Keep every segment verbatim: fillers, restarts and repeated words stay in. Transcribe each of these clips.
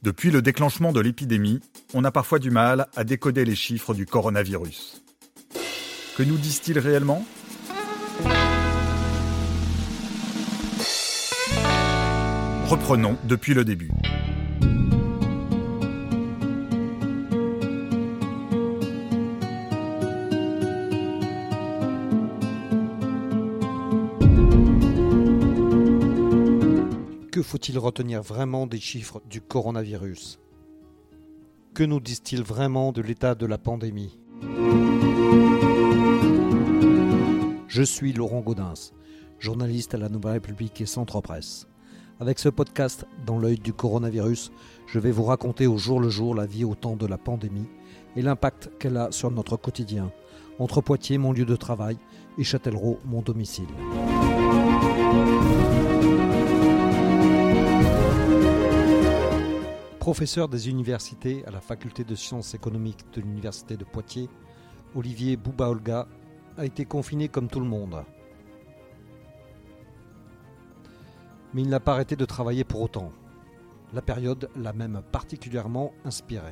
Depuis le déclenchement de l'épidémie, on a parfois du mal à décoder les chiffres du coronavirus. Que nous disent-ils réellement ? Reprenons depuis le début. Que faut-il retenir vraiment des chiffres du coronavirus ? Que nous disent-ils vraiment de l'état de la pandémie ? Je suis Laurent Gaudens, journaliste à la Nouvelle République et Centre Presse. Avec ce podcast, Dans l'œil du coronavirus, je vais vous raconter au jour le jour la vie au temps de la pandémie et l'impact qu'elle a sur notre quotidien, entre Poitiers, mon lieu de travail, et Châtellerault, mon domicile. Professeur des universités à la faculté de sciences économiques de l'université de Poitiers, Olivier Bouba-Olga a été confiné comme tout le monde. Mais il n'a pas arrêté de travailler pour autant. La période l'a même particulièrement inspiré.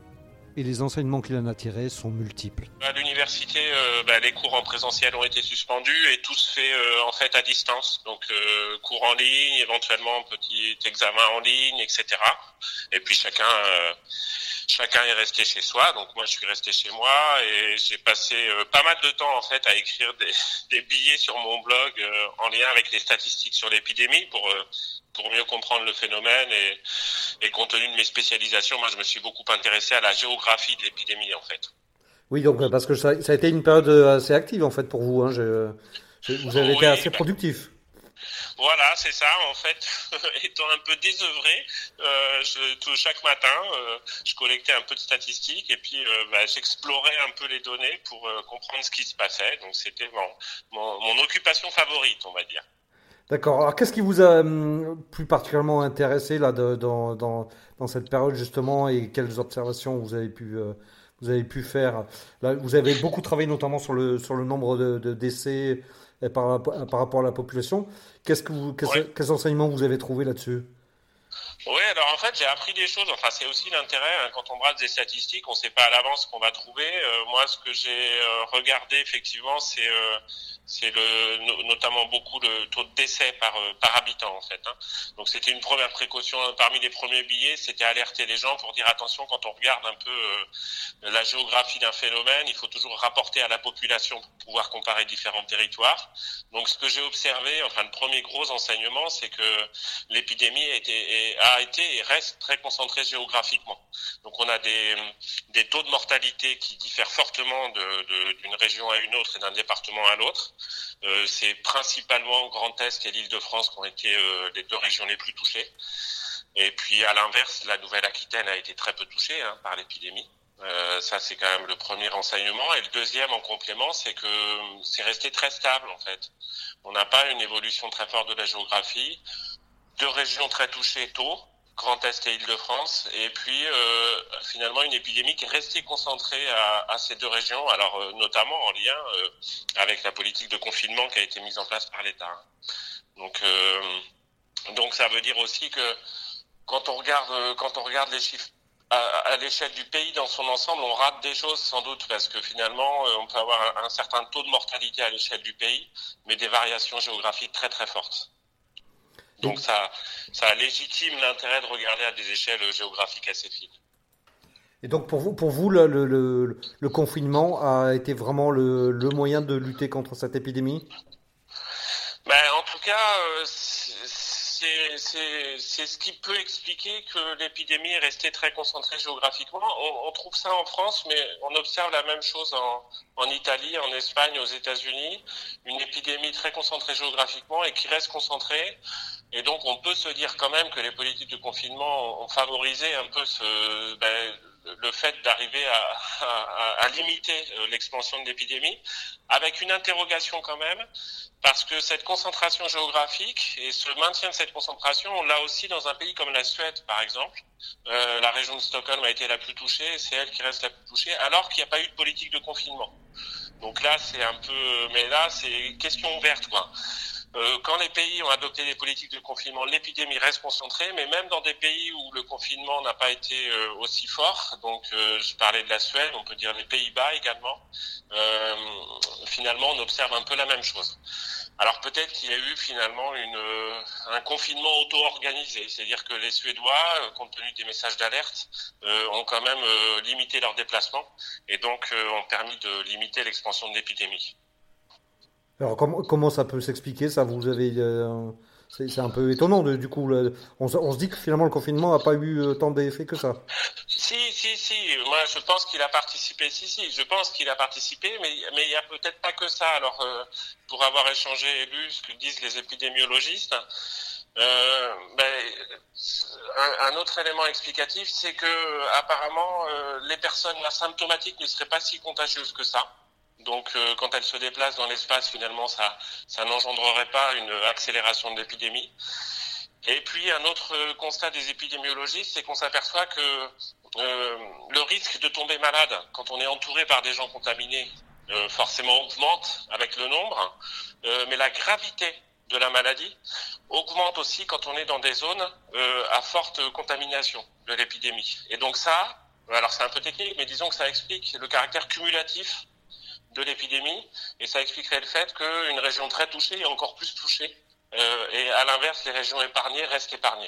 Et les enseignements qu'il en a tirés sont multiples. À l'université, euh, bah, les cours en présentiel ont été suspendus et tout se fait euh, en fait à distance. Donc euh, cours en ligne, éventuellement petit examen en ligne, et cetera. Et puis chacun, euh, chacun est resté chez soi. Donc moi, je suis resté chez moi et j'ai passé euh, pas mal de temps en fait à écrire des, des billets sur mon blog euh, en lien avec les statistiques sur l'épidémie pour euh, pour mieux comprendre le phénomène et, et compte tenu de mes spécialisations, moi je me suis beaucoup intéressé à la géographie de l'épidémie en fait. Oui, donc parce que ça, ça a été une période assez active en fait pour vous, hein. je, je, vous avez oui, été assez bah, productif. Voilà, c'est ça en fait. Étant un peu désœuvré, euh, je, tout, chaque matin, euh, je collectais un peu de statistiques et puis euh, bah, j'explorais un peu les données pour euh, comprendre ce qui se passait. Donc c'était mon, mon, mon occupation favorite, on va dire. D'accord. Alors, qu'est-ce qui vous a hum, plus particulièrement intéressé là de, dans, dans, dans cette période justement et quelles observations vous avez pu euh, vous avez pu faire là, vous avez beaucoup travaillé notamment sur le sur le nombre de, de décès par, par rapport à la population. Qu'est-ce que vous qu'est-ce, ouais. Quels enseignements vous avez trouvé là-dessus ? Oui, alors en fait, j'ai appris des choses. Enfin, c'est aussi l'intérêt, hein, quand on brasse des statistiques, on ne sait pas à l'avance ce qu'on va trouver. Euh, moi, ce que j'ai euh, regardé, effectivement, c'est, euh, c'est le, no, notamment beaucoup le taux de décès par, euh, par habitant, en fait. Hein. Donc, c'était une première précaution. Parmi les premiers billets, c'était alerter les gens pour dire attention, quand on regarde un peu euh, la géographie d'un phénomène, il faut toujours rapporter à la population pour pouvoir comparer différents territoires. Donc, ce que j'ai observé, enfin, le premier gros enseignement, c'est que l'épidémie a été, a été et reste très concentrée géographiquement. Donc, on a des, des taux de mortalité qui diffèrent fortement de, de, d'une région à une autre et d'un département à l'autre. Euh, c'est principalement Grand Est et l'Île-de-France qui ont été euh, les deux régions les plus touchées. Et puis, à l'inverse, la Nouvelle-Aquitaine a été très peu touchée hein, par l'épidémie. Euh, ça, c'est quand même le premier renseignement. Et le deuxième, en complément, c'est que c'est resté très stable, en fait. On n'a pas une évolution très forte de la géographie. Deux régions très touchées tôt, Grand Est et Île-de-France, et puis euh, finalement une épidémie qui est restée concentrée à, à ces deux régions, alors euh, notamment en lien euh, avec la politique de confinement qui a été mise en place par l'État. Donc, euh, donc ça veut dire aussi que quand on regarde, quand on regarde les chiffres à, à l'échelle du pays dans son ensemble, on rate des choses sans doute parce que finalement on peut avoir un, un certain taux de mortalité à l'échelle du pays, mais des variations géographiques très très fortes. Donc ça, ça légitime l'intérêt de regarder à des échelles géographiques assez fines. Et donc pour vous, pour vous le, le, le, le confinement a été vraiment le, le moyen de lutter contre cette épidémie ? Ben, en tout cas, euh, c'est, c'est, c'est ce qui peut expliquer que l'épidémie est restée très concentrée géographiquement. On, on trouve ça en France, mais on observe la même chose en, en Italie, en Espagne, aux États-Unis. Une épidémie très concentrée géographiquement et qui reste concentrée. Et donc, on peut se dire quand même que les politiques de confinement ont favorisé un peu ce, ben, le fait d'arriver à, à, à limiter l'expansion de l'épidémie, avec une interrogation quand même, parce que cette concentration géographique et ce maintien de cette concentration, on l'a aussi dans un pays comme la Suède, par exemple. Euh, la région de Stockholm a été la plus touchée, c'est elle qui reste la plus touchée, alors qu'il n'y a pas eu de politique de confinement. Donc là, c'est un peu... Mais là, c'est question ouverte, quoi. Euh, quand les pays ont adopté des politiques de confinement, l'épidémie reste concentrée, mais même dans des pays où le confinement n'a pas été euh, aussi fort, donc euh, je parlais de la Suède, on peut dire les Pays-Bas également, euh, finalement on observe un peu la même chose. Alors peut-être qu'il y a eu finalement une, euh, un confinement auto-organisé, c'est-à-dire que les Suédois, euh, compte tenu des messages d'alerte, euh, ont quand même euh, limité leurs déplacements et donc euh, ont permis de limiter l'expansion de l'épidémie. Alors comment, comment ça peut s'expliquer ça? Vous avez, euh, c'est, c'est un peu étonnant de- du coup. Là. on, se on se dit que finalement le confinement n'a pas eu euh, tant d'effets que ça. Si, si, si, moi je pense qu'il a participé, si, si, je pense qu'il a participé, mais mais il y a peut-être pas que ça. Alors, euh, pour avoir échangé et lu ce que disent les épidémiologistes, euh, ben, un, un autre élément explicatif, c'est que apparemment euh, les personnes asymptomatiques ne seraient pas si contagieuses que ça. Donc, euh, quand elles se déplacent dans l'espace, finalement, ça, ça n'engendrerait pas une accélération de l'épidémie. Et puis, un autre constat des épidémiologistes, c'est qu'on s'aperçoit que euh, le risque de tomber malade quand on est entouré par des gens contaminés, euh, forcément augmente avec le nombre, euh, mais la gravité de la maladie augmente aussi quand on est dans des zones euh, à forte contamination de l'épidémie. Et donc ça, alors c'est un peu technique, mais disons que ça explique le caractère cumulatif de l'épidémie, et ça expliquerait le fait qu'une région très touchée est encore plus touchée, euh, et à l'inverse, les régions épargnées restent épargnées.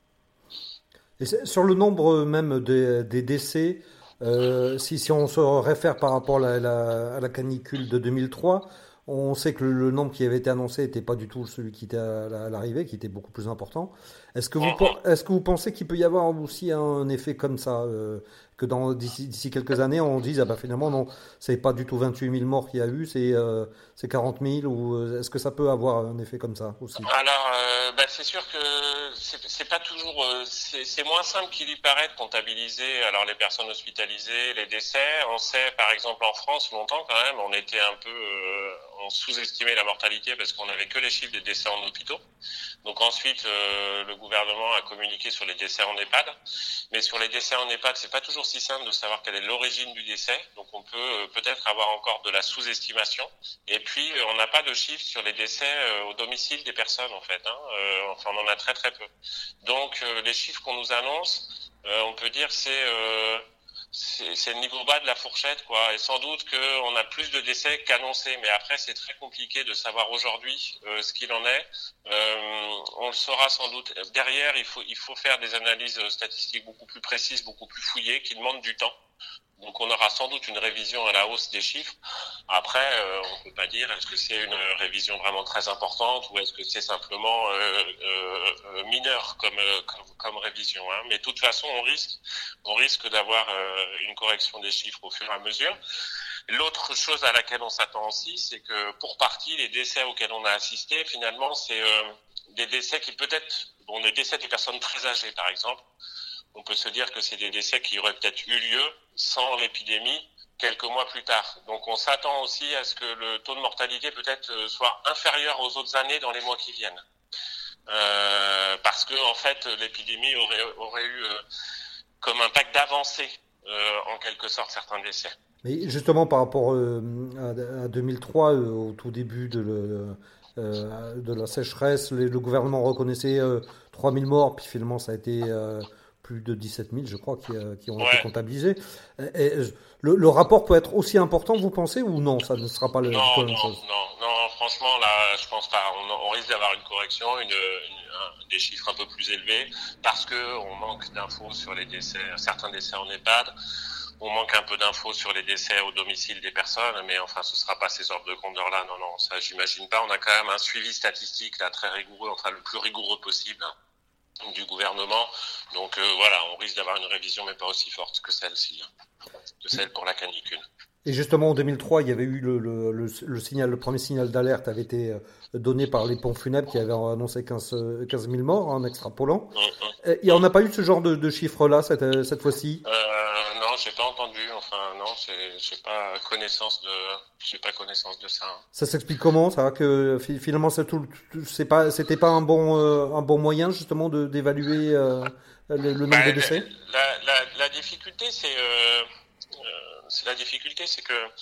Et c'est- sur le nombre même des, des décès, euh, si, si on se réfère par rapport à la, la- à la canicule de deux mille trois, on sait que le, le nombre qui avait été annoncé n'était pas du tout celui qui était à la- à l'arrivée, qui était beaucoup plus important. Est-ce que vous, pen- Mhm. est-ce que vous pensez qu'il peut y avoir aussi un effet comme ça, euh, que dans d'ici d'ici quelques années, on dise ah bah finalement non, c'est pas du tout vingt-huit mille morts qu'il y a eu, c'est euh, c'est quarante mille, ou euh, est-ce que ça peut avoir un effet comme ça aussi? Alors, euh, bah, c'est sûr que c'est c'est pas toujours, euh, c'est c'est moins simple qu'il y paraît de comptabiliser. Alors les personnes hospitalisées, les décès. On sait, par exemple, en France, longtemps quand même, on était un peu, euh, on sous-estimait la mortalité parce qu'on avait que les chiffres des décès en hôpitaux. Donc ensuite, euh, le gouvernement a communiqué sur les décès en EHPAD, mais sur les décès en EHPAD, c'est pas toujours si simple de savoir quelle est l'origine du décès. Donc on peut euh, peut-être avoir encore de la sous-estimation. Et puis euh, on n'a pas de chiffres sur les décès euh, au domicile des personnes en fait. Hein. Euh, enfin, on en a très très peu. Donc euh, les chiffres qu'on nous annonce, euh, on peut dire c'est euh, c'est c'est le niveau bas de la fourchette, quoi. Et sans doute qu'on a plus de décès qu'annoncés, mais après c'est très compliqué de savoir aujourd'hui euh, ce qu'il en est. Euh, on le saura sans doute. Derrière, il faut il faut faire des analyses statistiques beaucoup plus précises, beaucoup plus fouillées, qui demandent du temps. Donc on aura sans doute une révision à la hausse des chiffres. Après, euh, on peut pas dire est-ce que c'est une révision vraiment très importante ou est-ce que c'est simplement euh, euh, mineur comme, euh, comme comme révision. Hein. Mais de toute façon, on risque on risque d'avoir euh, une correction des chiffres au fur et à mesure. L'autre chose à laquelle on s'attend aussi, c'est que pour partie, les décès auxquels on a assisté, finalement, c'est euh, des décès qui peut-être, bon, des décès des personnes très âgées, par exemple. On peut se dire que c'est des décès qui auraient peut-être eu lieu sans l'épidémie quelques mois plus tard. Donc on s'attend aussi à ce que le taux de mortalité peut-être soit inférieur aux autres années dans les mois qui viennent. Euh, parce que en fait l'épidémie aurait, aurait eu euh, comme impact d'avancer euh, en quelque sorte certains décès. Mais justement, par rapport euh, à, à deux mille trois, euh, au tout début de, le, euh, de la sécheresse, les- le gouvernement reconnaissait euh, trois mille morts, puis finalement ça a été euh, plus de dix-sept mille, je crois, qui, euh, qui ont été Ouais. comptabilisés. Et, et, le, le rapport peut être aussi important, vous pensez, ou non? Ça ne sera pas le, du tout Non, la même non, chose. non, non, franchement, là, je pense pas. On, on risque d'avoir une correction, une, une- un- des chiffres un peu plus élevés, parce que on manque d'infos sur les décès, certains décès en EHPAD. On manque un peu d'infos sur les décès au domicile des personnes, mais enfin, ce sera pas ces ordres de grandeur-là. Non, non, ça, j'imagine pas. On a quand même un suivi statistique là très rigoureux, enfin le plus rigoureux possible hein, du gouvernement. Donc euh, voilà, on risque d'avoir une révision, mais pas aussi forte que celle-ci, hein, que celle pour la canicule. Et justement, en deux mille trois, il y avait eu le, le, le, le signal, le premier signal d'alerte avait été euh, donné par les pompes funèbres qui avaient annoncé quinze, euh, quinze mille morts en extrapolant. Hum, hum. Et on n'a pas eu ce genre de, de chiffres-là cette, euh, cette fois-ci. Euh, non, j'ai pas entendu. Enfin, non, c'est, j'ai pas connaissance de, j'ai pas connaissance de ça. Hein. Ça s'explique comment, ça, que fi- finalement c'est tout, tout- c'est pas, c'était pas un bon, euh, un bon moyen justement de d'évaluer euh, le, le Bah, nombre de la, décès? la, la, la difficulté, c'est, euh, euh, c'est la difficulté, c'est que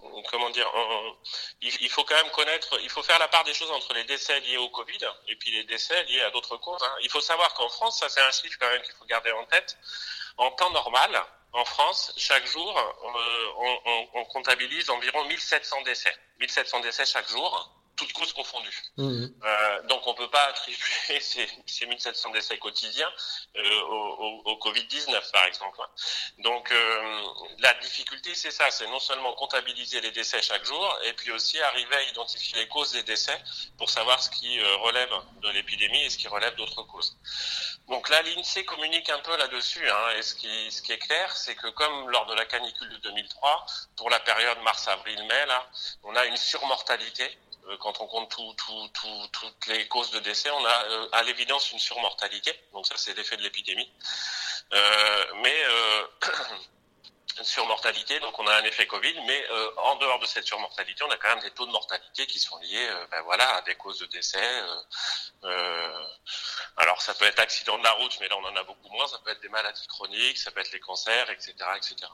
comment dire, on, il, il faut quand même connaître, il faut faire la part des choses entre les décès liés au Covid et puis les décès liés à d'autres causes. Hein. Il faut savoir qu'en France, ça c'est un chiffre quand même qu'il faut garder en tête. En temps normal, en France, chaque jour, euh, on, on, on comptabilise environ mille sept cents décès. mille sept cents décès chaque jour, toutes causes confondues. Mmh. Euh, donc on peut pas attribuer ces, ces mille sept cents décès quotidiens euh, au, au, au covid dix-neuf par exemple. Donc euh, la difficulté c'est ça, c'est non seulement comptabiliser les décès chaque jour et puis aussi arriver à identifier les causes des décès pour savoir ce qui euh, relève de l'épidémie et ce qui relève d'autres causes. Donc là, l'INSEE communique un peu là-dessus, hein, et ce qui, ce qui est clair, c'est que comme lors de la canicule de deux mille trois, pour la période mars-avril-mai, là, on a une surmortalité. Euh, quand on compte tout, tout, tout, toutes les causes de décès, on a euh, à l'évidence une surmortalité. Donc ça, c'est l'effet de l'épidémie. Euh, mais euh, surmortalité, donc on a un effet Covid, mais euh, en dehors de cette surmortalité, on a quand même des taux de mortalité qui sont liés, euh, ben voilà, à des causes de décès. Euh, euh, alors ça peut être accident de la route, mais là on en a beaucoup moins. Ça peut être des maladies chroniques, ça peut être les cancers, et cetera, et cetera.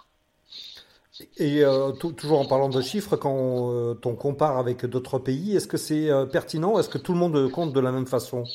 Et euh, t- toujours en parlant de chiffres, quand on, euh, on compare avec d'autres pays, est-ce que c'est euh, pertinent? Est-ce que tout le monde compte de la même façon?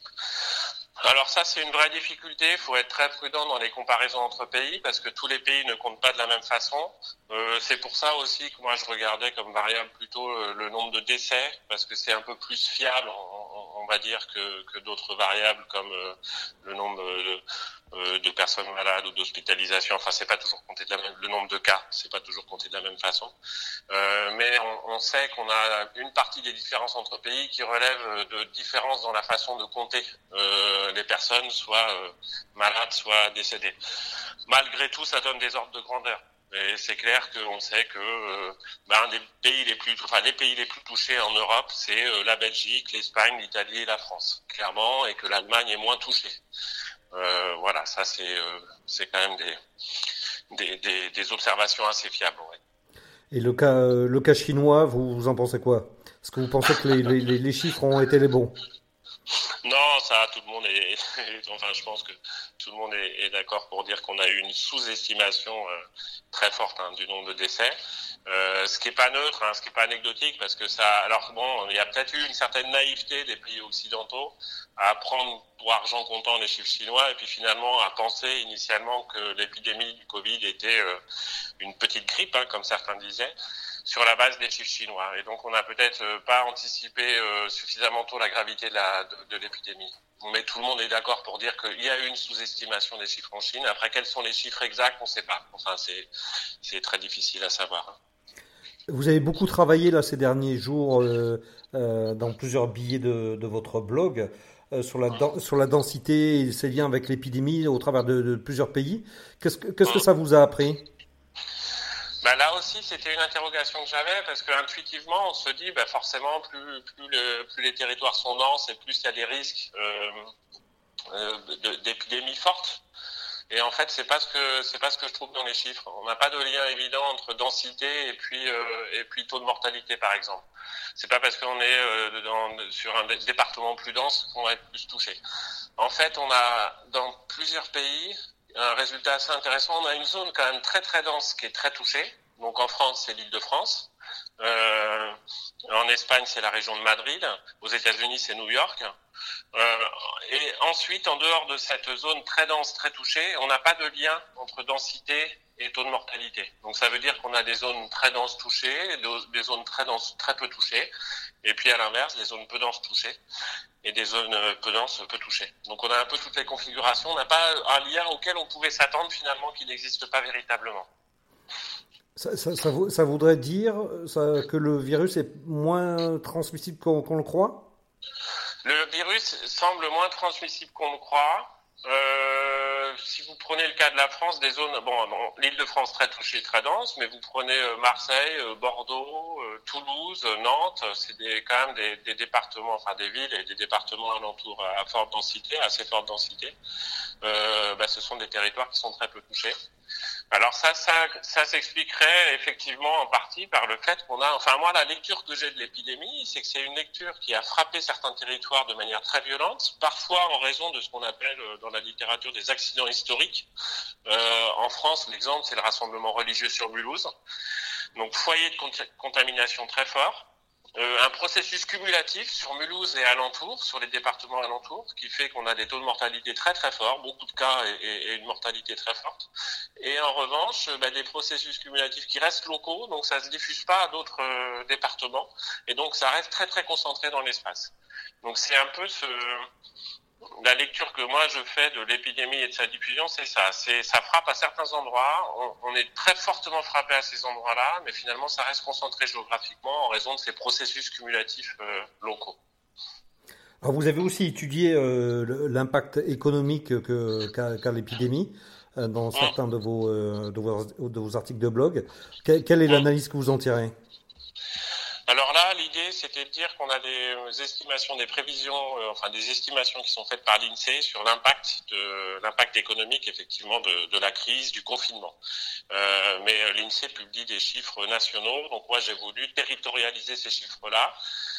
Alors ça, c'est une vraie difficulté. Il faut être très prudent dans les comparaisons entre pays parce que tous les pays ne comptent pas de la même façon. Euh, c'est pour ça aussi que moi, je regardais comme variable plutôt euh, le nombre de décès parce que c'est un peu plus fiable, on, on va dire, que, que d'autres variables comme euh, le nombre de, euh, de personnes malades ou d'hospitalisation. Enfin, c'est pas toujours compté de la même, le nombre de cas, c'est pas toujours compté de la même façon. Euh, mais on, on sait qu'on a une partie des différences entre pays qui relèvent de différences dans la façon de compter euh, les personnes, soit euh, malades, soit décédées. Malgré tout, ça donne des ordres de grandeur. Et c'est clair qu'on sait que euh, ben, un des pays les plus, enfin les pays les plus touchés en Europe, c'est euh, la Belgique, l'Espagne, l'Italie et la France, clairement, et que l'Allemagne est moins touchée. Euh, voilà, ça c'est euh, c'est quand même des, des des des observations assez fiables. Ouais. Et le cas euh, le cas chinois, vous, vous en pensez quoi? Est-ce que vous pensez que les, les, les chiffres ont été les bons? Non, ça, tout le monde est, enfin, je pense que tout le monde est, est d'accord pour dire qu'on a eu une sous-estimation euh, très forte hein, du nombre de décès. Euh, ce qui est pas neutre, hein, ce qui est pas anecdotique, parce que ça, alors bon, il y a peut-être eu une certaine naïveté des pays occidentaux à prendre pour argent comptant les chiffres chinois et puis finalement à penser initialement que l'épidémie du Covid était euh, une petite grippe, hein, comme certains disaient, sur la base des chiffres chinois. Et donc, on n'a peut-être pas anticipé euh, suffisamment tôt la gravité de, la, de, de l'épidémie. Mais tout le monde est d'accord pour dire qu'il y a eu une sous-estimation des chiffres en Chine. Après, quels sont les chiffres exacts, on ne sait pas. Enfin, c'est, c'est très difficile à savoir. Vous avez beaucoup travaillé là ces derniers jours euh, euh, dans plusieurs billets de, de votre blog euh, sur, la, Mmh. sur la densité et ses liens avec l'épidémie au travers de, de plusieurs pays. Qu'est-ce que, qu'est-ce que ça vous a appris? Ben là aussi, c'était une interrogation que j'avais parce que intuitivement, on se dit, ben forcément, plus plus, le, plus les territoires sont denses et plus il y a des risques euh, euh, de, d'épidémies fortes. Et en fait, c'est pas ce que c'est pas ce que je trouve dans les chiffres. On n'a pas de lien évident entre densité et puis euh, et puis taux de mortalité, par exemple. C'est pas parce qu'on est euh, dans, sur un département plus dense qu'on va être plus touché. En fait, on a dans plusieurs pays un résultat assez intéressant. On a une zone quand même très très dense qui est très touchée. Donc en France, c'est l'Île-de-France. Euh, en Espagne, c'est la région de Madrid. Aux États-Unis, c'est New York. Euh, et ensuite, en dehors de cette zone très dense, très touchée, on n'a pas de lien entre densité et taux de mortalité. Donc ça veut dire qu'on a des zones très denses touchées, des zones très denses très peu touchées, et puis à l'inverse, des zones peu denses touchées et des zones peu denses peu touchées. Donc on a un peu toutes les configurations. On n'a pas un lien auquel on pouvait s'attendre finalement qui n'existe pas véritablement. Ça, ça, ça, ça voudrait dire ça, que le virus est moins transmissible qu'on, qu'on le croit? Le virus semble moins transmissible qu'on le croit. Euh, si vous prenez le cas de la France, des zones, bon, bon l'Île-de-France très touchée, très dense, mais vous prenez euh, Marseille, euh, Bordeaux, euh, Toulouse, euh, Nantes, c'est des, quand même des, des départements, enfin des villes et des départements alentours à, à forte densité, assez forte densité. Euh, bah, ce sont des territoires qui sont très peu touchés. Alors ça, ça, ça s'expliquerait effectivement en partie par le fait qu'on a, enfin moi la lecture que j'ai de l'épidémie, c'est que c'est une lecture qui a frappé certains territoires de manière très violente, parfois en raison de ce qu'on appelle dans la littérature des accidents historiques. Euh, en France, l'exemple, c'est le rassemblement religieux sur Mulhouse. Donc foyer de cont- contamination très fort. Euh, un processus cumulatif sur Mulhouse et alentours, sur les départements alentours, qui fait qu'on a des taux de mortalité très très forts, beaucoup de cas et, et, et une mortalité très forte. Et en revanche, bah, des processus cumulatifs qui restent locaux, donc ça se diffuse pas à d'autres euh, départements, et donc ça reste très très concentré dans l'espace. Donc c'est un peu ce... La lecture que moi je fais de l'épidémie et de sa diffusion, c'est ça. C'est, ça frappe à certains endroits. On, on est très fortement frappé à ces endroits-là, mais finalement ça reste concentré géographiquement en raison de ces processus cumulatifs euh, locaux. Alors vous avez aussi étudié euh, l'impact économique que, qu'a, qu'a l'épidémie euh, dans certains de vos, euh, de, vos, de vos articles de blog. Que, quelle est l'analyse que vous en tirez? Alors là, l'idée, c'était de dire qu'on a des estimations, des prévisions, euh, enfin des estimations qui sont faites par l'INSEE sur l'impact de l'impact économique, effectivement, de, de la crise, du confinement. Euh, mais l'INSEE publie des chiffres nationaux, donc moi j'ai voulu territorialiser ces chiffres-là.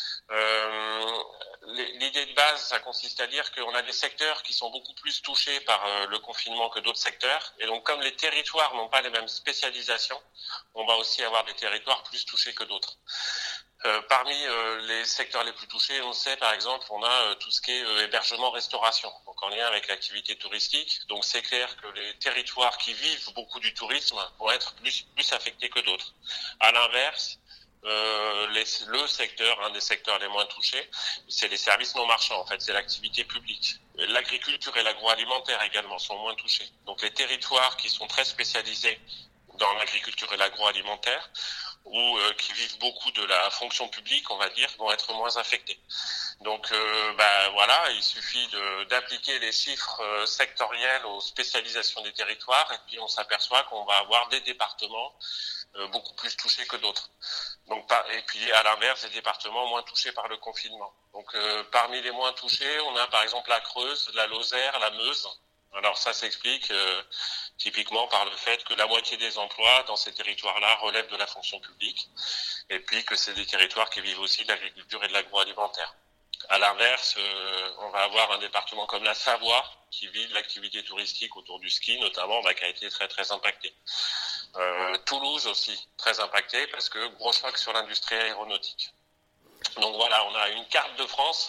Euh, l'idée de base, ça consiste à dire qu'on a des secteurs qui sont beaucoup plus touchés par euh, le confinement que d'autres secteurs. Et donc, comme les territoires n'ont pas les mêmes spécialisations, on va aussi avoir des territoires plus touchés que d'autres. Euh, parmi euh, les secteurs les plus touchés, on sait par exemple, on a euh, tout ce qui est euh, hébergement-restauration, donc en lien avec l'activité touristique. Donc c'est clair que les territoires qui vivent beaucoup du tourisme vont être plus, plus affectés que d'autres. À l'inverse, Euh, les, le secteur, un des secteurs les moins touchés, c'est les services non marchands. En fait, c'est l'activité publique. L'agriculture et l'agroalimentaire également sont moins touchés. Donc, les territoires qui sont très spécialisés dans l'agriculture et l'agroalimentaire ou euh, qui vivent beaucoup de la fonction publique, on va dire, vont être moins affectés. Donc, euh, bah voilà, il suffit de, d'appliquer les chiffres euh, sectoriels aux spécialisations des territoires et puis on s'aperçoit qu'on va avoir des départements euh, beaucoup plus touchés que d'autres. Donc, et puis à l'inverse, des départements moins touchés par le confinement. Donc euh, parmi les moins touchés, on a par exemple la Creuse, la Lozère, la Meuse. Alors ça s'explique euh, typiquement par le fait que la moitié des emplois dans ces territoires-là relèvent de la fonction publique et puis que c'est des territoires qui vivent aussi de l'agriculture et de l'agroalimentaire. À l'inverse, euh, on va avoir un département comme la Savoie qui vit de l'activité touristique autour du ski notamment, bah, qui a été très très impacté. Euh, Toulouse aussi, très impacté parce que gros choc sur l'industrie aéronautique. Donc voilà, on a une carte de France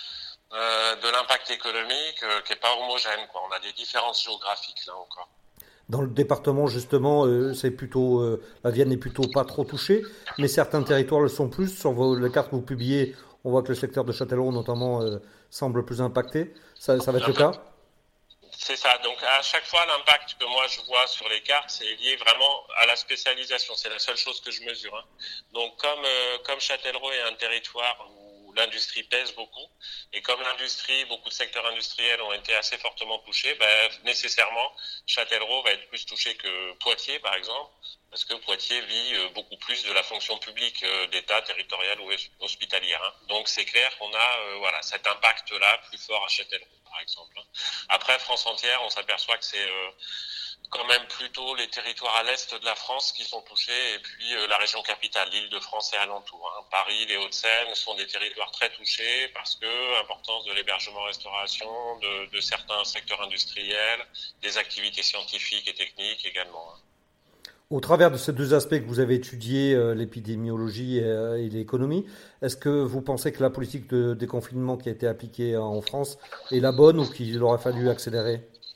euh, de l'impact économique euh, qui n'est pas homogène, quoi. On a des différences géographiques là encore. Dans le département, justement, euh, c'est plutôt euh, la Vienne n'est plutôt pas trop touchée, mais certains territoires le sont plus. Sur vos, les cartes que vous publiez, on voit que le secteur de Châtellerault, notamment, euh, semble plus impacté. Ça, ça va être le cas? C'est ça. Donc à chaque fois, l'impact que moi je vois sur les cartes, c'est lié vraiment à la spécialisation. C'est la seule chose que je mesure. Hein. Donc comme euh, comme Châtellerault est un territoire où l'industrie pèse beaucoup, et comme l'industrie, beaucoup de secteurs industriels ont été assez fortement touchés, ben, nécessairement Châtellerault va être plus touché que Poitiers, par exemple, parce que Poitiers vit euh, beaucoup plus de la fonction publique euh, d'État, territoriale ou hospitalière. Hein. Donc c'est clair qu'on a euh, voilà cet impact-là plus fort à Châtellerault, par exemple. Après, France entière, on s'aperçoit que c'est euh, quand même plutôt les territoires à l'est de la France qui sont touchés et puis euh, la région capitale, l'Île-de-France et alentours. Hein. Paris, les Hauts-de-Seine sont des territoires très touchés parce que importance de l'hébergement-restauration, de, de certains secteurs industriels, des activités scientifiques et techniques également. Hein. Au travers de ces deux aspects que vous avez étudiés, euh, l'épidémiologie et, euh, et l'économie, est-ce que vous pensez que la politique de déconfinement qui a été appliquée en France est la bonne ou qu'il aurait fallu accélérer?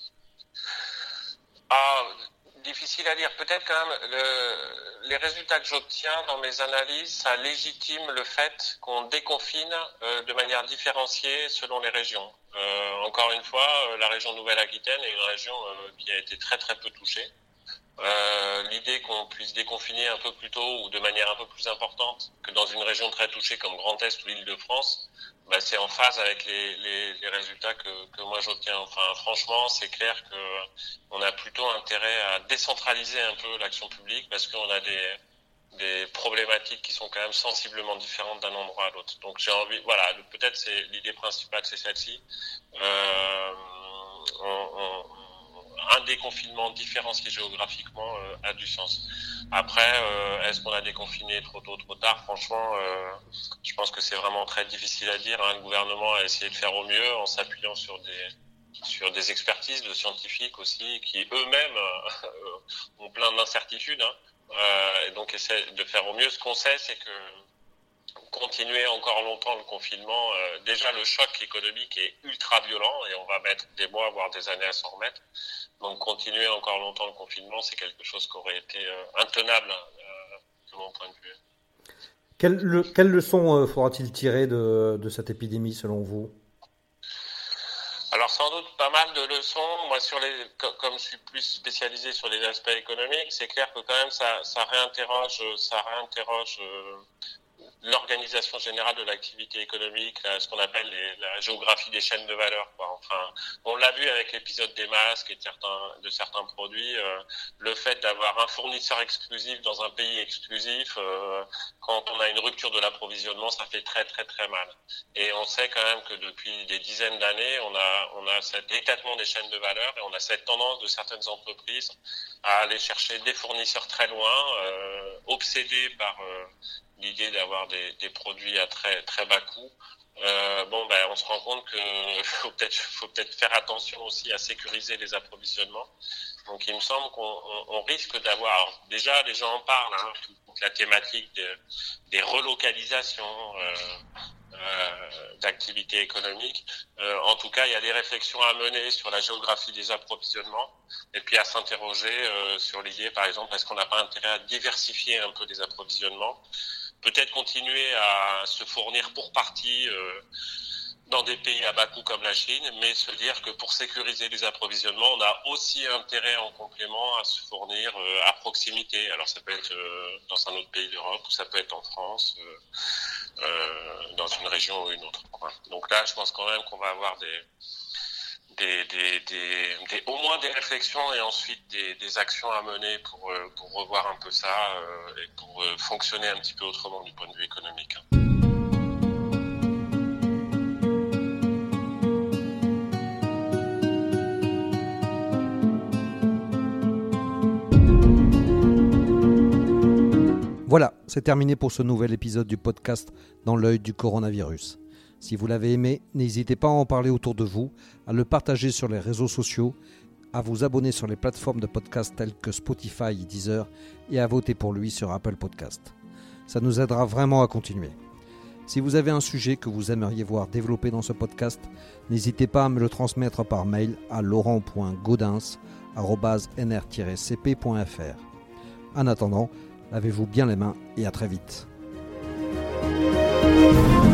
Ah, difficile à dire. Peut-être quand même, le, les résultats que j'obtiens dans mes analyses, ça légitime le fait qu'on déconfine euh, de manière différenciée selon les régions. Euh, encore une fois, euh, la région Nouvelle-Aquitaine est une région euh, qui a été très très peu touchée. Euh, l'idée qu'on puisse déconfiner un peu plus tôt ou de manière un peu plus importante que dans une région très touchée comme Grand Est ou l'Île-de-France, bah, c'est en phase avec les, les, les résultats que, que moi j'obtiens. Enfin, franchement, c'est clair que on a plutôt intérêt à décentraliser un peu l'action publique parce qu'on a des, des problématiques qui sont quand même sensiblement différentes d'un endroit à l'autre. Donc j'ai envie, voilà, peut-être c'est l'idée principale, c'est celle-ci. Euh, on, on, un déconfinement différencié géographiquement euh, a du sens. Après, euh, est-ce qu'on a déconfiné trop tôt, trop tard? Franchement, euh, je pense que c'est vraiment très difficile à dire. Hein. Le gouvernement a essayé de faire au mieux en s'appuyant sur des sur des expertises de scientifiques aussi qui eux-mêmes euh, ont plein d'incertitudes. Hein. euh, et donc essayer de faire au mieux. Ce qu'on sait, c'est que continuer encore longtemps le confinement, euh, déjà le choc économique est ultra violent et on va mettre des mois, voire des années à s'en remettre. Donc continuer encore longtemps le confinement, c'est quelque chose qui aurait été euh, intenable euh, de mon point de vue. Quelle, le, quelle leçon euh, faudra-t-il tirer de, de cette épidémie selon vous ? Alors sans doute pas mal de leçons. Moi, sur les, comme je suis plus spécialisé sur les aspects économiques, c'est clair que quand même ça, ça réinterroge, ça réinterroge euh, l'organisation générale de l'activité économique, là, ce qu'on appelle les, la géographie des chaînes de valeur, quoi. Enfin, on l'a vu avec l'épisode des masques et de certains, de certains produits, euh, le fait d'avoir un fournisseur exclusif dans un pays exclusif, euh, quand on a une rupture de l'approvisionnement, ça fait très très très mal. Et on sait quand même que depuis des dizaines d'années, on a, on a cet éclatement des chaînes de valeur et on a cette tendance de certaines entreprises à aller chercher des fournisseurs très loin, euh, obsédés par euh, l'idée d'avoir des, des produits à très très bas coût. Euh, bon, ben, on se rend compte que faut peut-être faut peut-être faire attention aussi à sécuriser les approvisionnements. Donc, il me semble qu'on on, on risque d'avoir. Alors, déjà, les gens en parlent, hein, toute la thématique de, des relocalisations euh, euh, d'activités économiques. Euh, en tout cas, il y a des réflexions à mener sur la géographie des approvisionnements et puis à s'interroger euh, sur l'idée, par exemple, est-ce qu'on n'a pas intérêt à diversifier un peu les approvisionnements? Peut-être continuer à se fournir pour partie euh, dans des pays à bas coût comme la Chine, mais se dire que pour sécuriser les approvisionnements, on a aussi intérêt en complément à se fournir euh, à proximité. Alors ça peut être euh, dans un autre pays d'Europe, ou ça peut être en France, euh, euh, dans une région ou une autre. Quoi. Donc là, je pense quand même qu'on va avoir des, des, des, des, des au moins des réflexions et ensuite des, des actions à mener pour, euh, pour revoir un peu ça euh, et pour euh, fonctionner un petit peu autrement du point de vue économique. Voilà, c'est terminé pour ce nouvel épisode du podcast Dans l'œil du coronavirus. Si vous l'avez aimé, n'hésitez pas à en parler autour de vous, à le partager sur les réseaux sociaux, à vous abonner sur les plateformes de podcast telles que Spotify et Deezer et à voter pour lui sur Apple Podcast. Ça nous aidera vraiment à continuer. Si vous avez un sujet que vous aimeriez voir développé dans ce podcast, n'hésitez pas à me le transmettre par mail à laurent point gaudens arobase n r tiret c p point f r. En attendant, lavez-vous bien les mains et à très vite.